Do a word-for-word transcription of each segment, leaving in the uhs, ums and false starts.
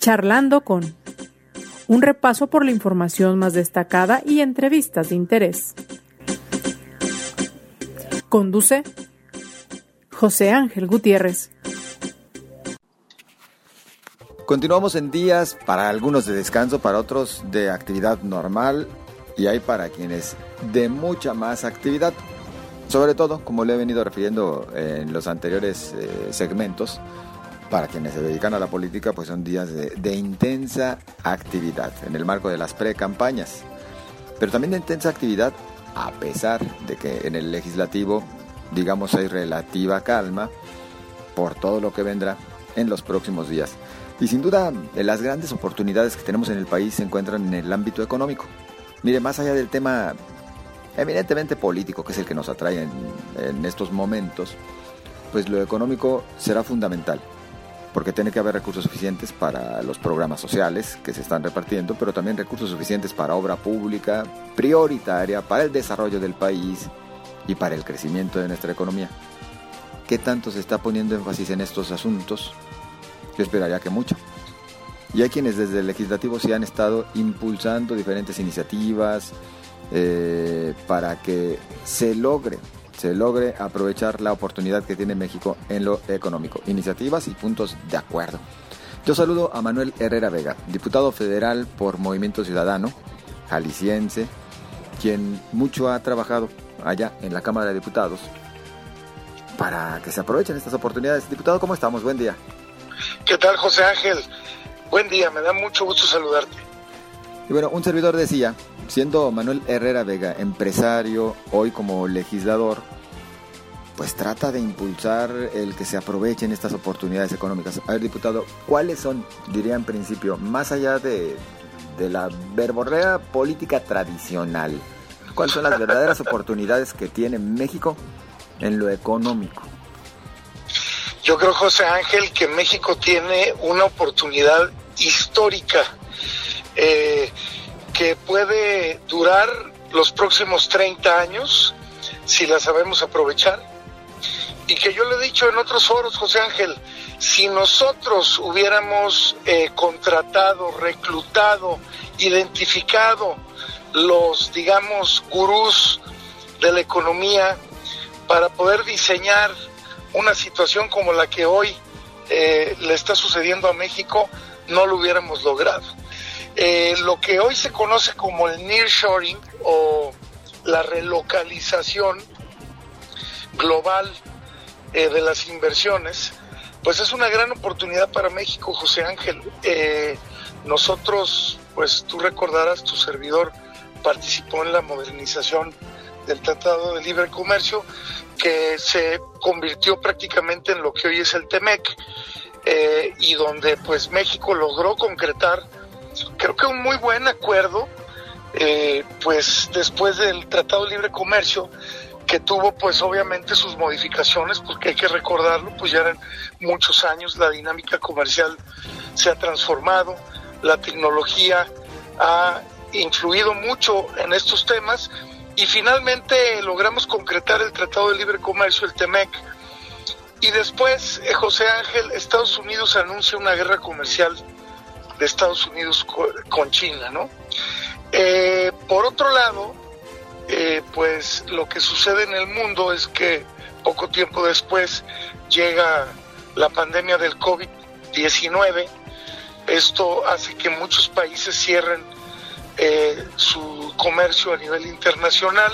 Charlando con un repaso por la información más destacada y entrevistas de interés. Conduce José Ángel Gutiérrez. Continuamos en días para algunos de descanso, para otros de actividad normal y hay para quienes de mucha más actividad. Sobre todo, como le he venido refiriendo en los anteriores eh, segmentos, para quienes se dedican a la política, pues son días de, de intensa actividad en el marco de las pre-campañas. Pero también de intensa actividad a pesar de que en el legislativo, digamos, hay relativa calma por todo lo que vendrá en los próximos días. Y sin duda, las grandes oportunidades que tenemos en el país se encuentran en el ámbito económico. Mire, más allá del tema eminentemente político, que es el que nos atrae en, en estos momentos, pues lo económico será fundamental, porque tiene que haber recursos suficientes para los programas sociales que se están repartiendo, pero también recursos suficientes para obra pública prioritaria, para el desarrollo del país y para el crecimiento de nuestra economía. ¿Qué tanto se está poniendo énfasis en estos asuntos? Yo esperaría que mucho. Y hay quienes desde el legislativo sí han estado impulsando diferentes iniciativas eh, para que se logre, se logre aprovechar la oportunidad que tiene México en lo económico. Iniciativas y puntos de acuerdo. Yo saludo a Manuel Herrera Vega, diputado federal por Movimiento Ciudadano, jalisciense, quien mucho ha trabajado allá en la Cámara de Diputados para que se aprovechen estas oportunidades. Diputado, ¿cómo estamos? Buen día. ¿Qué tal, José Ángel? Buen día, me da mucho gusto saludarte. Y bueno, un servidor decía, siendo Manuel Herrera Vega empresario, hoy como legislador, pues trata de impulsar el que se aprovechen estas oportunidades económicas. A ver, diputado, ¿cuáles son, diría en principio, más allá de, de la verborrea política tradicional, cuáles son las verdaderas oportunidades que tiene México en lo económico? Yo creo, José Ángel, que México tiene una oportunidad histórica eh, que puede durar los próximos treinta años si la sabemos aprovechar. Y que yo le he dicho en otros foros, José Ángel, si nosotros hubiéramos eh, contratado, reclutado, identificado los, digamos, gurús de la economía para poder diseñar una situación como la que hoy eh, le está sucediendo a México, no lo hubiéramos logrado. Eh, lo que hoy se conoce como el nearshoring o la relocalización global eh, de las inversiones, pues es una gran oportunidad para México, José Ángel. Eh, nosotros, pues tú recordarás, tu servidor participó en la modernización del Tratado de Libre Comercio, que se convirtió prácticamente en lo que hoy es el TEMEC, eh, y donde pues México logró concretar, creo que un muy buen acuerdo, eh, pues después del Tratado de Libre Comercio, que tuvo pues obviamente sus modificaciones, porque hay que recordarlo, pues ya eran muchos años, la dinámica comercial se ha transformado, la tecnología ha influido mucho en estos temas, y finalmente logramos concretar el Tratado de Libre Comercio, el TEMEC, y después, eh, José Ángel, Estados Unidos anuncia una guerra comercial de Estados Unidos co- con China, ¿no? Eh, por otro lado, eh, pues lo que sucede en el mundo es que poco tiempo después llega la pandemia del covid diecinueve. Esto hace que muchos países cierren Eh, su comercio a nivel internacional,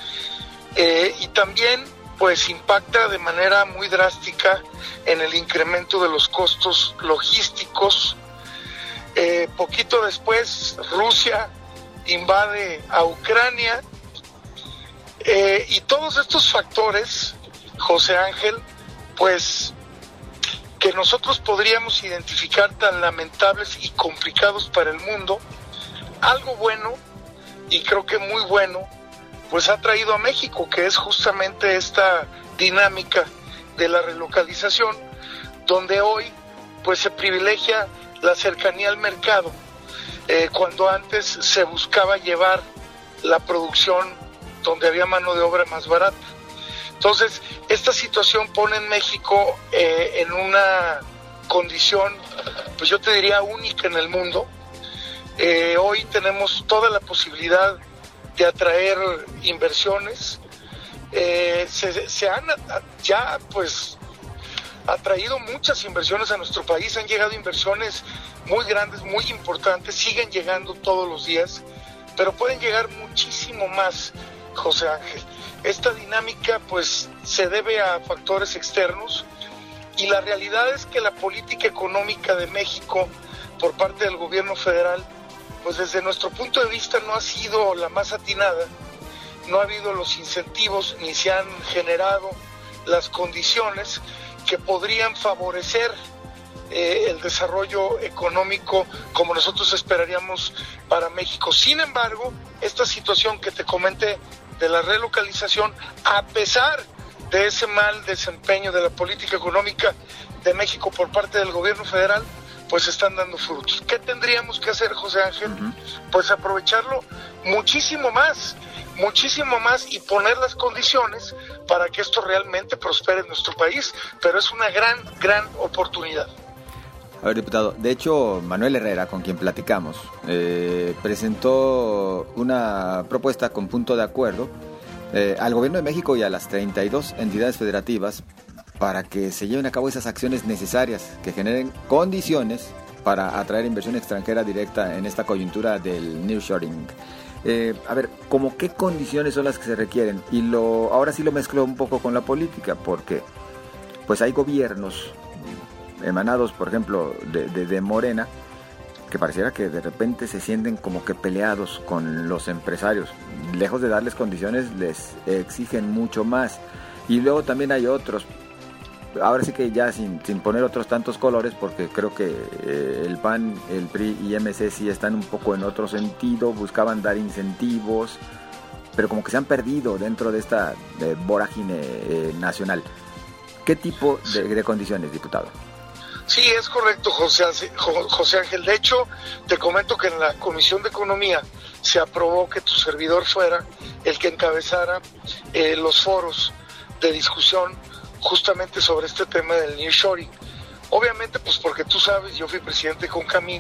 eh, y también pues impacta de manera muy drástica en el incremento de los costos logísticos. Eh, poquito después Rusia invade a Ucrania, eh, y todos estos factores, José Ángel, pues que nosotros podríamos identificar tan lamentables y complicados para el mundo, algo bueno, y creo que muy bueno, pues ha traído a México, que es justamente esta dinámica de la relocalización, donde hoy pues se privilegia la cercanía al mercado, eh, cuando antes se buscaba llevar la producción donde había mano de obra más barata. Entonces, esta situación pone en México eh, en una condición, pues yo te diría única en el mundo. Eh, hoy tenemos toda la posibilidad de atraer inversiones. Eh, se, se han ya pues atraído muchas inversiones a nuestro país, han llegado inversiones muy grandes, muy importantes, siguen llegando todos los días, pero pueden llegar muchísimo más, José Ángel. Esta dinámica pues se debe a factores externos y la realidad es que la política económica de México por parte del gobierno federal, pues desde nuestro punto de vista no ha sido la más atinada, no ha habido los incentivos ni se han generado las condiciones que podrían favorecer eh, el desarrollo económico como nosotros esperaríamos para México. Sin embargo, esta situación que te comenté de la relocalización, a pesar de ese mal desempeño de la política económica de México por parte del gobierno federal, pues están dando frutos. ¿Qué tendríamos que hacer, José Ángel? Uh-huh. Pues aprovecharlo muchísimo más, muchísimo más y poner las condiciones para que esto realmente prospere en nuestro país, pero es una gran, gran oportunidad. A ver, diputado, de hecho, Manuel Herrera, con quien platicamos, eh, presentó una propuesta con punto de acuerdo eh, al Gobierno de México y a las treinta y dos entidades federativas para que se lleven a cabo esas acciones necesarias que generen condiciones para atraer inversión extranjera directa en esta coyuntura del nearshoring. Eh, a ver, ¿cómo qué condiciones son las que se requieren? Y lo ahora sí lo mezclo un poco con la política, porque pues hay gobiernos emanados, por ejemplo, de, de, de Morena, que pareciera que de repente se sienten como que peleados con los empresarios. Lejos de darles condiciones, les exigen mucho más. Y luego también hay otros, ahora sí que ya sin, sin poner otros tantos colores, porque creo que eh, el P A N, el P R I y M C sí están un poco en otro sentido, buscaban dar incentivos, pero como que se han perdido dentro de esta de vorágine eh, nacional. ¿Qué tipo de, de condiciones, diputado? Sí, es correcto, José, José Ángel. De hecho, te comento que en la Comisión de Economía se aprobó que tu servidor fuera el que encabezara eh, los foros de discusión justamente sobre este tema del nearshoring. Obviamente, pues porque tú sabes, yo fui presidente de Concamín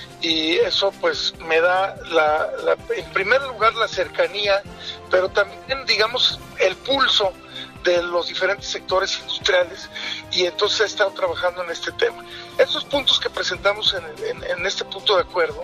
y eso pues me da, la, la, en primer lugar, la cercanía, pero también, digamos, el pulso de los diferentes sectores industriales y entonces he estado trabajando en este tema. Estos puntos que presentamos en, en, en este punto de acuerdo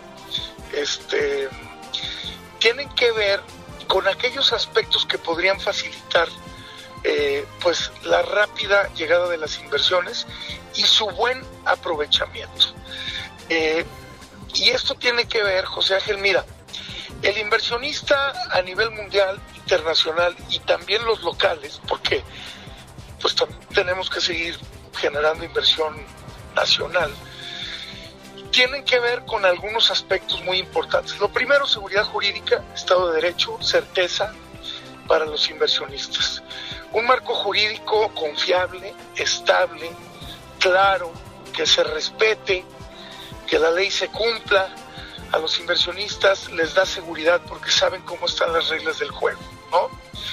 este, tienen que ver con aquellos aspectos que podrían facilitar eh, pues la rápida llegada de las inversiones y su buen aprovechamiento. Eh, y esto tiene que ver, José Ángel, mira, el inversionista a nivel mundial, internacional y también los locales, porque pues también tenemos que seguir generando inversión nacional, tienen que ver con algunos aspectos muy importantes. Lo primero, seguridad jurídica, Estado de Derecho, certeza para los inversionistas. Un marco jurídico confiable, estable, claro, que se respete, que la ley se cumpla. A los inversionistas les da seguridad porque saben cómo están las reglas del juego, ¿no?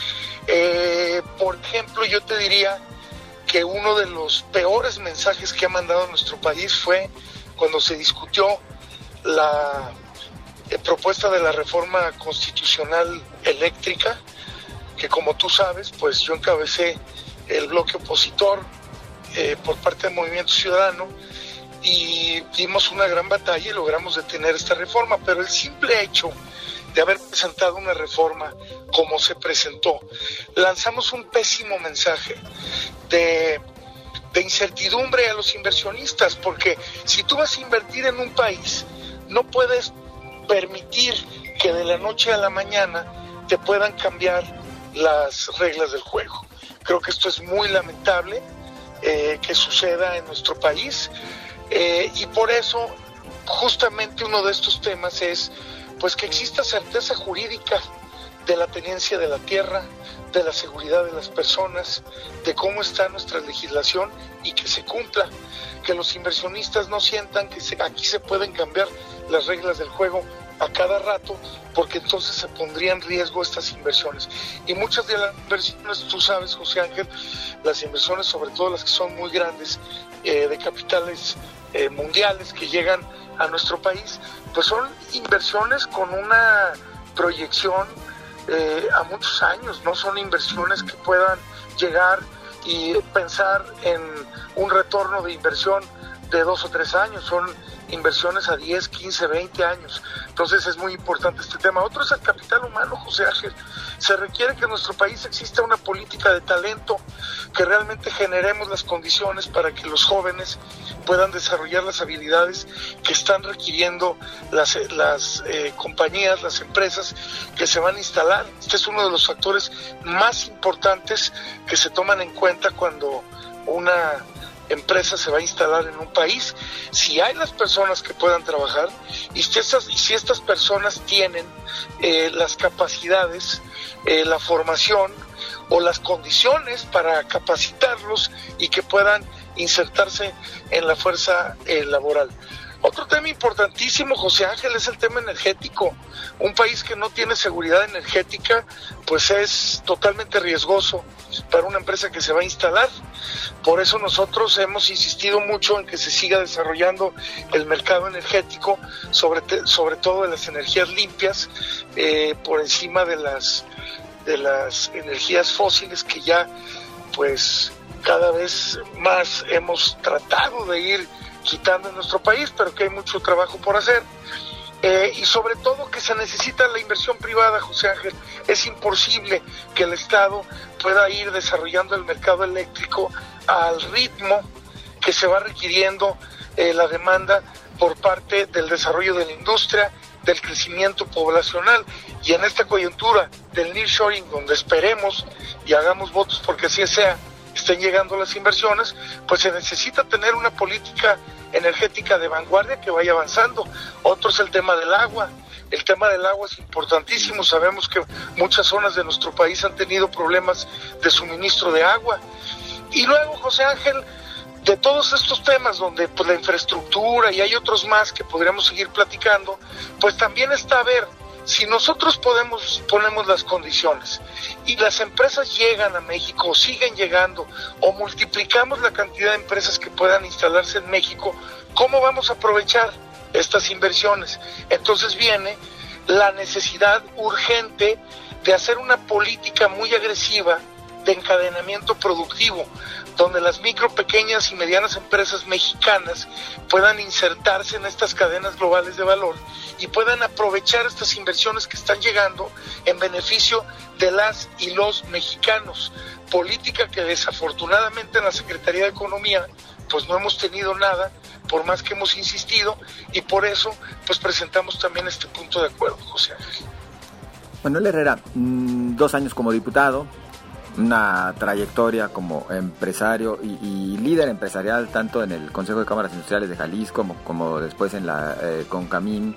Eh, por ejemplo, yo te diría que uno de los peores mensajes que ha mandado nuestro país fue cuando se discutió la eh, propuesta de la reforma constitucional eléctrica, que como tú sabes, pues yo encabecé el bloque opositor eh, por parte del Movimiento Ciudadano, y dimos una gran batalla y logramos detener esta reforma, pero el simple hecho de haber presentado una reforma como se presentó, lanzamos un pésimo mensaje de, de incertidumbre a los inversionistas, porque si tú vas a invertir en un país, no puedes permitir que de la noche a la mañana te puedan cambiar las reglas del juego. Creo que esto es muy lamentable eh, que suceda en nuestro país. Eh, y por eso justamente uno de estos temas es pues que exista certeza jurídica de la tenencia de la tierra, de la seguridad de las personas, de cómo está nuestra legislación y que se cumpla, que los inversionistas no sientan que se, aquí se pueden cambiar las reglas del juego a cada rato, porque entonces se pondría en riesgo estas inversiones. Y muchas de las inversiones, tú sabes, José Ángel, las inversiones, sobre todo las que son muy grandes, eh, de capitales eh, mundiales que llegan a nuestro país, pues son inversiones con una proyección eh, a muchos años, no son inversiones que puedan llegar y pensar en un retorno de inversión de dos o tres años, son inversiones a diez, quince, veinte años. Entonces es muy importante este tema. Otro es el capital humano, José Ángel. Se requiere que en nuestro país exista una política de talento, que realmente generemos las condiciones para que los jóvenes puedan desarrollar las habilidades que están requiriendo las, las eh, compañías, las empresas que se van a instalar. Este es uno de los factores más importantes que se toman en cuenta cuando una empresa se va a instalar en un país. Si hay las personas que puedan trabajar y si estas, y si estas personas tienen eh, las capacidades, eh, la formación o las condiciones para capacitarlos y que puedan insertarse en la fuerza eh, laboral. Otro tema importantísimo, José Ángel, es el tema energético. Un país que no tiene seguridad energética, pues es totalmente riesgoso para una empresa que se va a instalar. Por eso nosotros hemos insistido mucho en que se siga desarrollando el mercado energético, sobre, te, sobre todo de las energías limpias, eh, por encima de las, de las energías fósiles que ya, pues, cada vez más hemos tratado de ir quitando en nuestro país, pero que hay mucho trabajo por hacer. Eh, y sobre todo que se necesita la inversión privada, José Ángel. Es imposible que el Estado pueda ir desarrollando el mercado eléctrico al ritmo que se va requiriendo eh, la demanda por parte del desarrollo de la industria, del crecimiento poblacional, y en esta coyuntura del nearshoring, donde esperemos y hagamos votos porque así sea, estén llegando las inversiones, pues se necesita tener una política energética de vanguardia que vaya avanzando. Otro es el tema del agua. El tema del agua es importantísimo. Sabemos que muchas zonas de nuestro país han tenido problemas de suministro de agua. Y luego, José Ángel, de todos estos temas donde pues, la infraestructura y hay otros más que podríamos seguir platicando, pues también está a ver si nosotros podemos ponemos las condiciones y las empresas llegan a México o siguen llegando o multiplicamos la cantidad de empresas que puedan instalarse en México, ¿cómo vamos a aprovechar estas inversiones? Entonces viene la necesidad urgente de hacer una política muy agresiva de encadenamiento productivo, donde las micro, pequeñas y medianas empresas mexicanas puedan insertarse en estas cadenas globales de valor y puedan aprovechar estas inversiones que están llegando en beneficio de las y los mexicanos. Política que desafortunadamente en la Secretaría de Economía pues no hemos tenido nada, por más que hemos insistido, y por eso pues presentamos también este punto de acuerdo, José Ángel. Manuel Herrera, dos años como diputado, una trayectoria como empresario y, y líder empresarial tanto en el Consejo de Cámaras Industriales de Jalisco como, como después en la eh, Concamín.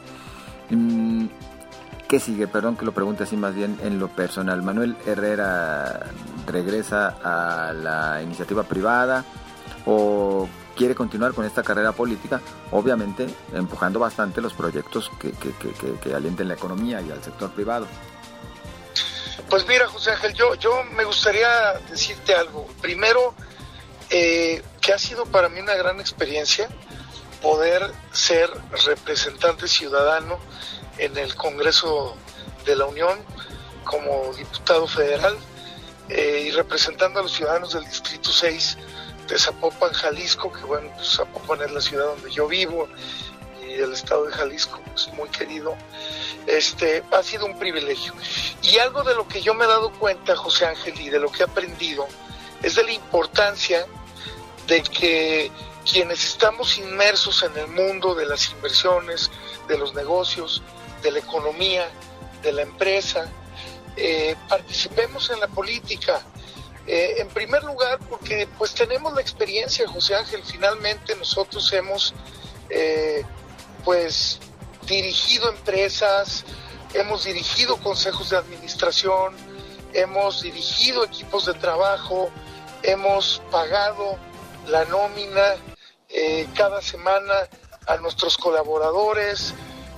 ¿Qué sigue? Perdón que lo pregunte así más bien en lo personal. ¿Manuel Herrera regresa a la iniciativa privada o quiere continuar con esta carrera política? Obviamente empujando bastante los proyectos que, que, que, que, que alienten la economía y al sector privado. Pues mira, José Ángel, yo, yo me gustaría decirte algo. Primero, eh, que ha sido para mí una gran experiencia poder ser representante ciudadano en el Congreso de la Unión como diputado federal eh, y representando a los ciudadanos del Distrito seis de Zapopan, Jalisco, que bueno, pues Zapopan es la ciudad donde yo vivo y el estado de Jalisco es muy querido. Este, ha sido un privilegio. Y algo de lo que yo me he dado cuenta, José Ángel, y de lo que he aprendido, es de la importancia de que quienes estamos inmersos en el mundo de las inversiones, de los negocios, de la economía, de la empresa, eh, participemos en la política. Eh, en primer lugar, porque pues tenemos la experiencia, José Ángel. Finalmente nosotros hemos eh, pues dirigido empresas, hemos dirigido consejos de administración, hemos dirigido equipos de trabajo, hemos pagado la nómina eh, cada semana a nuestros colaboradores,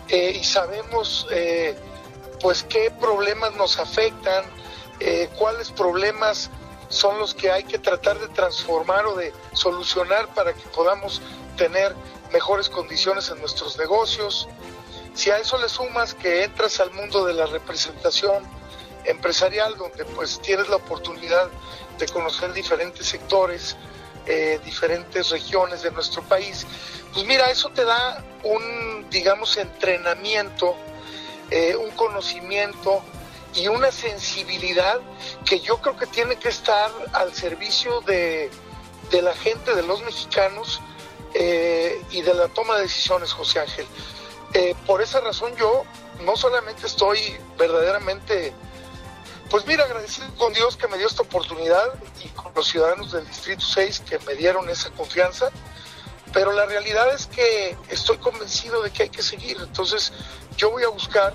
eh, y sabemos eh, pues qué problemas nos afectan, eh, cuáles problemas son los que hay que tratar de transformar o de solucionar para que podamos tener mejores condiciones en nuestros negocios. Si a eso le sumas que entras al mundo de la representación empresarial, donde pues tienes la oportunidad de conocer diferentes sectores, eh, diferentes regiones de nuestro país, pues mira, eso te da un, digamos, entrenamiento, eh, un conocimiento y una sensibilidad que yo creo que tiene que estar al servicio de, de la gente, de los mexicanos, eh, y de la toma de decisiones, José Ángel. Eh, por esa razón yo no solamente estoy verdaderamente, pues mira, agradecido con Dios que me dio esta oportunidad y con los ciudadanos del Distrito seis que me dieron esa confianza, pero la realidad es que estoy convencido de que hay que seguir. Entonces yo voy a buscar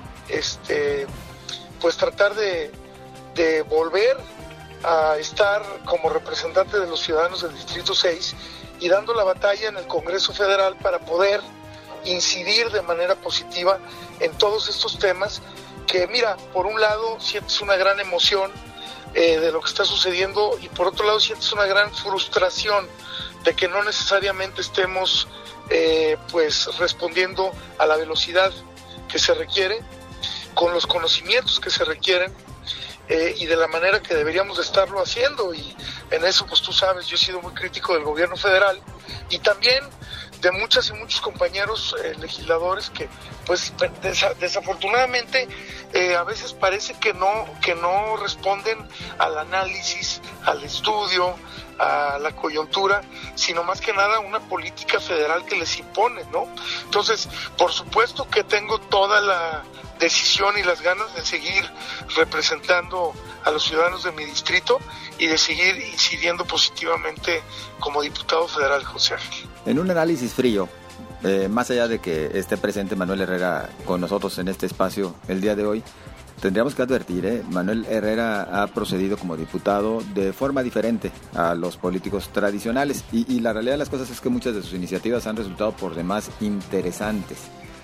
este pues tratar de, de volver a estar como representante de los ciudadanos del Distrito seis y dando la batalla en el Congreso Federal para poder incidir de manera positiva en todos estos temas que, mira, por un lado sientes una gran emoción eh, de lo que está sucediendo y por otro lado sientes una gran frustración de que no necesariamente estemos eh, pues respondiendo a la velocidad que se requiere, con los conocimientos que se requieren eh, y de la manera que deberíamos de estarlo haciendo. Y en eso, pues tú sabes, yo he sido muy crítico del gobierno federal y también de muchas y muchos compañeros eh, legisladores que, pues desa- desafortunadamente, eh, a veces parece que no, que no responden al análisis, al estudio, a la coyuntura, sino más que nada una política federal que les impone, ¿no? Entonces, por supuesto que tengo toda la decisión y las ganas de seguir representando a los ciudadanos de mi distrito y de seguir incidiendo positivamente como diputado federal, José Ángel. En un análisis frío, eh, más allá de que esté presente Manuel Herrera con nosotros en este espacio el día de hoy, tendríamos que advertir, ¿eh? Manuel Herrera ha procedido como diputado de forma diferente a los políticos tradicionales y, y la realidad de las cosas es que muchas de sus iniciativas han resultado por demás interesantes.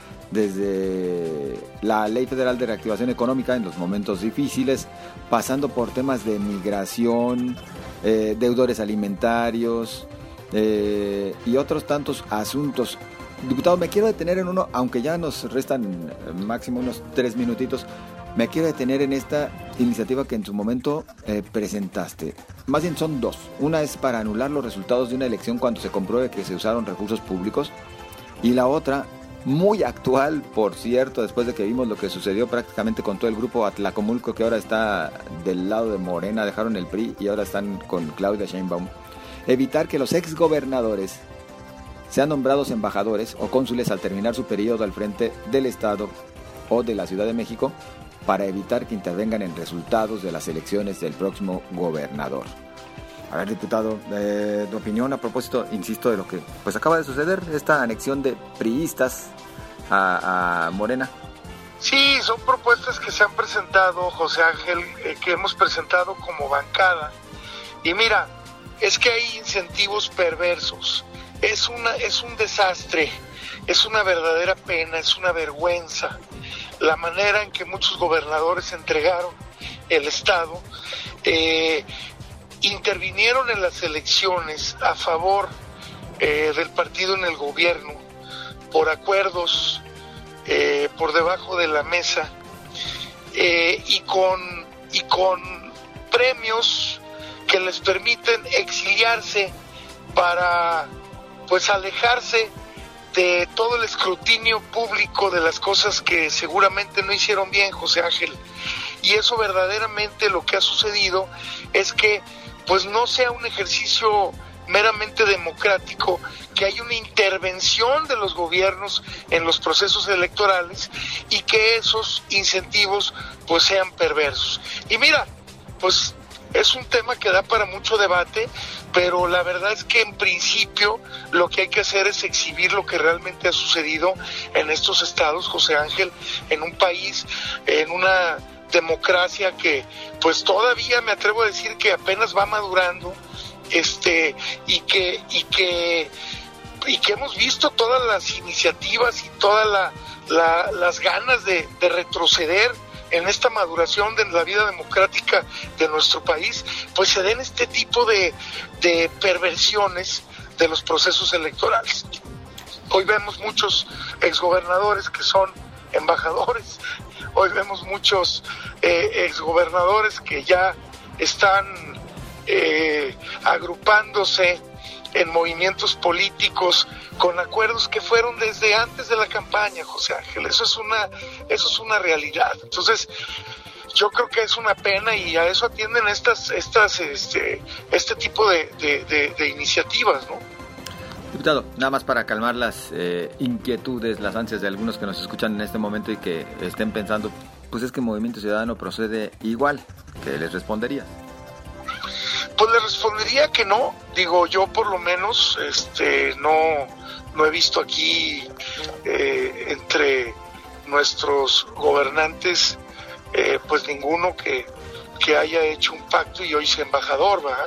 Desde la Ley Federal de Reactivación Económica en los momentos difíciles, pasando por temas de migración, eh, deudores alimentarios eh, y otros tantos asuntos. Diputado, me quiero detener en uno, aunque ya nos restan máximo unos tres minutitos, me quiero detener en esta iniciativa que en su momento eh, presentaste. Más bien son dos. Una es para anular los resultados de una elección cuando se compruebe que se usaron recursos públicos y la otra, muy actual, por cierto, después de que vimos lo que sucedió prácticamente con todo el grupo Atlacomulco, que ahora está del lado de Morena, dejaron el P R I y ahora están con Claudia Sheinbaum. Evitar que los exgobernadores sean nombrados embajadores o cónsules al terminar su periodo al frente del Estado o de la Ciudad de México para evitar que intervengan en resultados de las elecciones del próximo gobernador. A ver, diputado, eh, tu opinión a propósito, insisto, de lo que pues acaba de suceder, esta anexión de priistas a, a Morena. Sí, son propuestas que se han presentado, José Ángel, eh, que hemos presentado como bancada. Y mira, es que hay incentivos perversos. Es una, es un desastre, es una verdadera pena, es una vergüenza la manera en que muchos gobernadores entregaron el Estado. Eh, intervinieron en las elecciones a favor eh, del partido en el gobierno por acuerdos eh, por debajo de la mesa eh, y con y con premios que les permiten exiliarse para pues alejarse de todo el escrutinio público de las cosas que seguramente no hicieron bien, José Ángel. Y eso verdaderamente lo que ha sucedido es que pues no sea un ejercicio meramente democrático, que hay una intervención de los gobiernos en los procesos electorales y que esos incentivos pues sean perversos. Y mira, pues es un tema que da para mucho debate, pero la verdad es que en principio lo que hay que hacer es exhibir lo que realmente ha sucedido en estos estados, José Ángel, en un país, en una democracia que pues todavía me atrevo a decir que apenas va madurando, este y que y que y que hemos visto todas las iniciativas y todas la, la, las ganas de, de retroceder en esta maduración de la vida democrática de nuestro país, pues se den este tipo de, de perversiones de los procesos electorales. Hoy vemos muchos exgobernadores que son embajadores, hoy vemos muchos eh, exgobernadores que ya están eh, agrupándose en movimientos políticos con acuerdos que fueron desde antes de la campaña, José Ángel. Eso es una, eso es una realidad. Entonces, yo creo que es una pena y a eso atienden estas, estas, este, este tipo de, de, de, de iniciativas, ¿no? Diputado, nada más para calmar las eh, inquietudes, las ansias de algunos que nos escuchan en este momento y que estén pensando, pues es que Movimiento Ciudadano procede igual, ¿qué les respondería? Pues le respondería que no, digo yo por lo menos, este, no, no he visto aquí eh, entre nuestros gobernantes, eh, pues ninguno que, que haya hecho un pacto y hoy sea embajador, ¿verdad?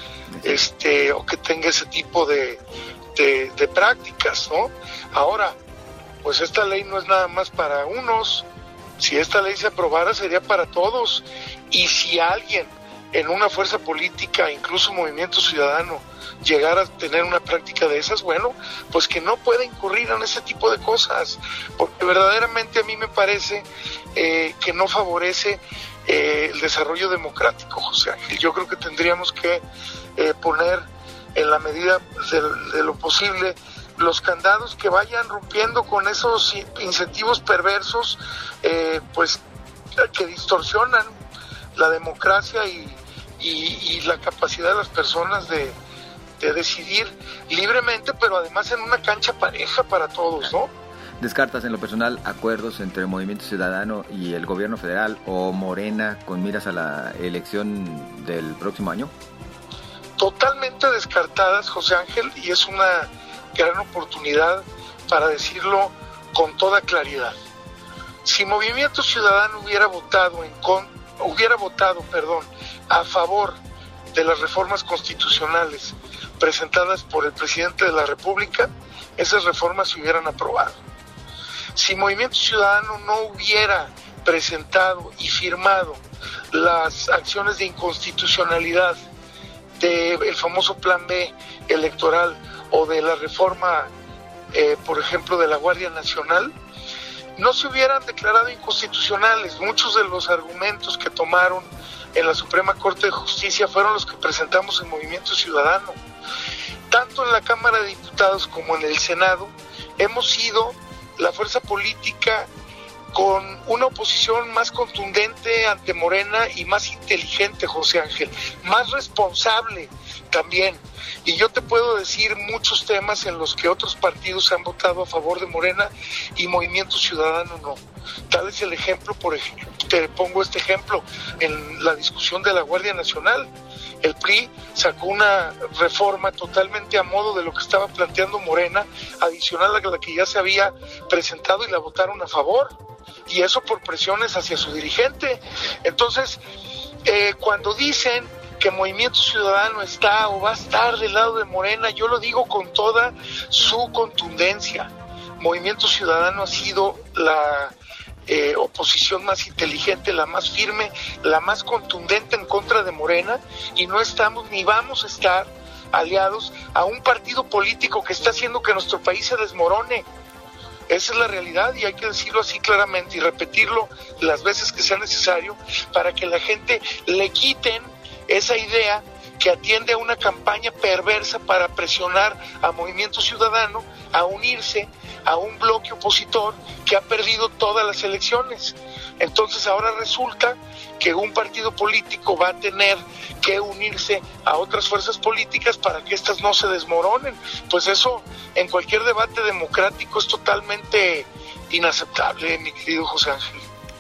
Este, o que tenga ese tipo de, de, de prácticas, ¿no? Ahora, pues esta ley no es nada más para unos, si esta ley se aprobara sería para todos, y si alguien en una fuerza política, incluso Movimiento Ciudadano, llegar a tener una práctica de esas, bueno, pues que no pueda incurrir en ese tipo de cosas, porque verdaderamente a mí me parece eh, que no favorece eh, el desarrollo democrático, José Ángel. Yo creo que tendríamos que eh, poner en la medida de, de lo posible los candados que vayan rompiendo con esos incentivos perversos, eh, pues que distorsionan la democracia y Y, y la capacidad de las personas de, de decidir libremente, pero además en una cancha pareja para todos, ¿no? ¿Descartas en lo personal acuerdos entre el Movimiento Ciudadano y el gobierno federal o Morena con miras a la elección del próximo año? Totalmente descartadas, José Ángel, y es una gran oportunidad para decirlo con toda claridad. Si Movimiento Ciudadano hubiera votado en con, hubiera votado, perdón, a favor de las reformas constitucionales presentadas por el presidente de la República, esas reformas se hubieran aprobado. Si Movimiento Ciudadano no hubiera presentado y firmado las acciones de inconstitucionalidad del famoso Plan B electoral o de la reforma, eh, por ejemplo, de la Guardia Nacional, no se hubieran declarado inconstitucionales. Muchos de los argumentos que tomaron en la Suprema Corte de Justicia fueron los que presentamos en Movimiento Ciudadano. Tanto en la Cámara de Diputados como en el Senado hemos sido la fuerza política con una oposición más contundente ante Morena y más inteligente, José Ángel, más responsable también. Y yo te puedo decir muchos temas en los que otros partidos han votado a favor de Morena y Movimiento Ciudadano no. Tal es el ejemplo, por ejemplo, te pongo este ejemplo, en la discusión de la Guardia Nacional. El P R I sacó una reforma totalmente a modo de lo que estaba planteando Morena, adicional a la que ya se había presentado, y la votaron a favor. Y eso por presiones hacia su dirigente. Entonces, eh, cuando dicen que Movimiento Ciudadano está o va a estar del lado de Morena, yo lo digo con toda su contundencia. Movimiento Ciudadano ha sido la eh, oposición más inteligente, la más firme, la más contundente en contra de Morena, y no estamos ni vamos a estar aliados a un partido político que está haciendo que nuestro país se desmorone. Esa es la realidad y hay que decirlo así claramente y repetirlo las veces que sea necesario para que la gente le quiten esa idea que atiende a una campaña perversa para presionar a Movimiento Ciudadano a unirse a un bloque opositor que ha perdido todas las elecciones. Entonces ahora resulta que un partido político va a tener que unirse a otras fuerzas políticas para que éstas no se desmoronen. Pues eso en cualquier debate democrático es totalmente inaceptable, mi querido José Ángel.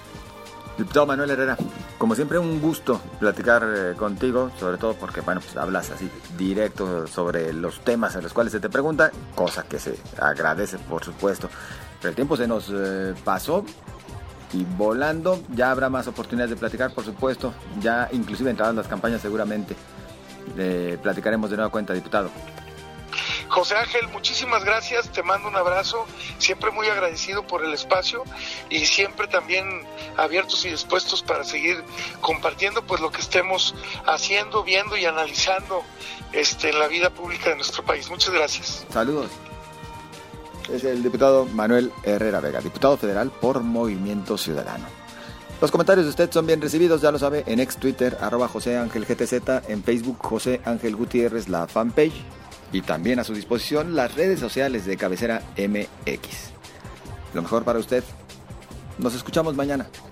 Diputado Manuel Herrera, como siempre un gusto platicar eh, contigo, sobre todo porque bueno, pues hablas así directo sobre los temas en los cuales se te pregunta, cosa que se agradece por supuesto, pero el tiempo se nos eh, pasó y volando. Ya habrá más oportunidades de platicar, por supuesto, ya inclusive entradas las campañas seguramente, eh, platicaremos de nueva cuenta, diputado. José Ángel, muchísimas gracias, te mando un abrazo, siempre muy agradecido por el espacio y siempre también abiertos y dispuestos para seguir compartiendo pues lo que estemos haciendo, viendo y analizando este, en la vida pública de nuestro país. Muchas gracias. Saludos. Es el diputado Manuel Herrera Vega, diputado federal por Movimiento Ciudadano. Los comentarios de usted son bien recibidos, ya lo sabe, en ex Twitter, arroba José Ángel G T Z, en Facebook, José Ángel Gutiérrez, la fanpage, y también a su disposición las redes sociales de Cabecera M X. Lo mejor para usted. Nos escuchamos mañana.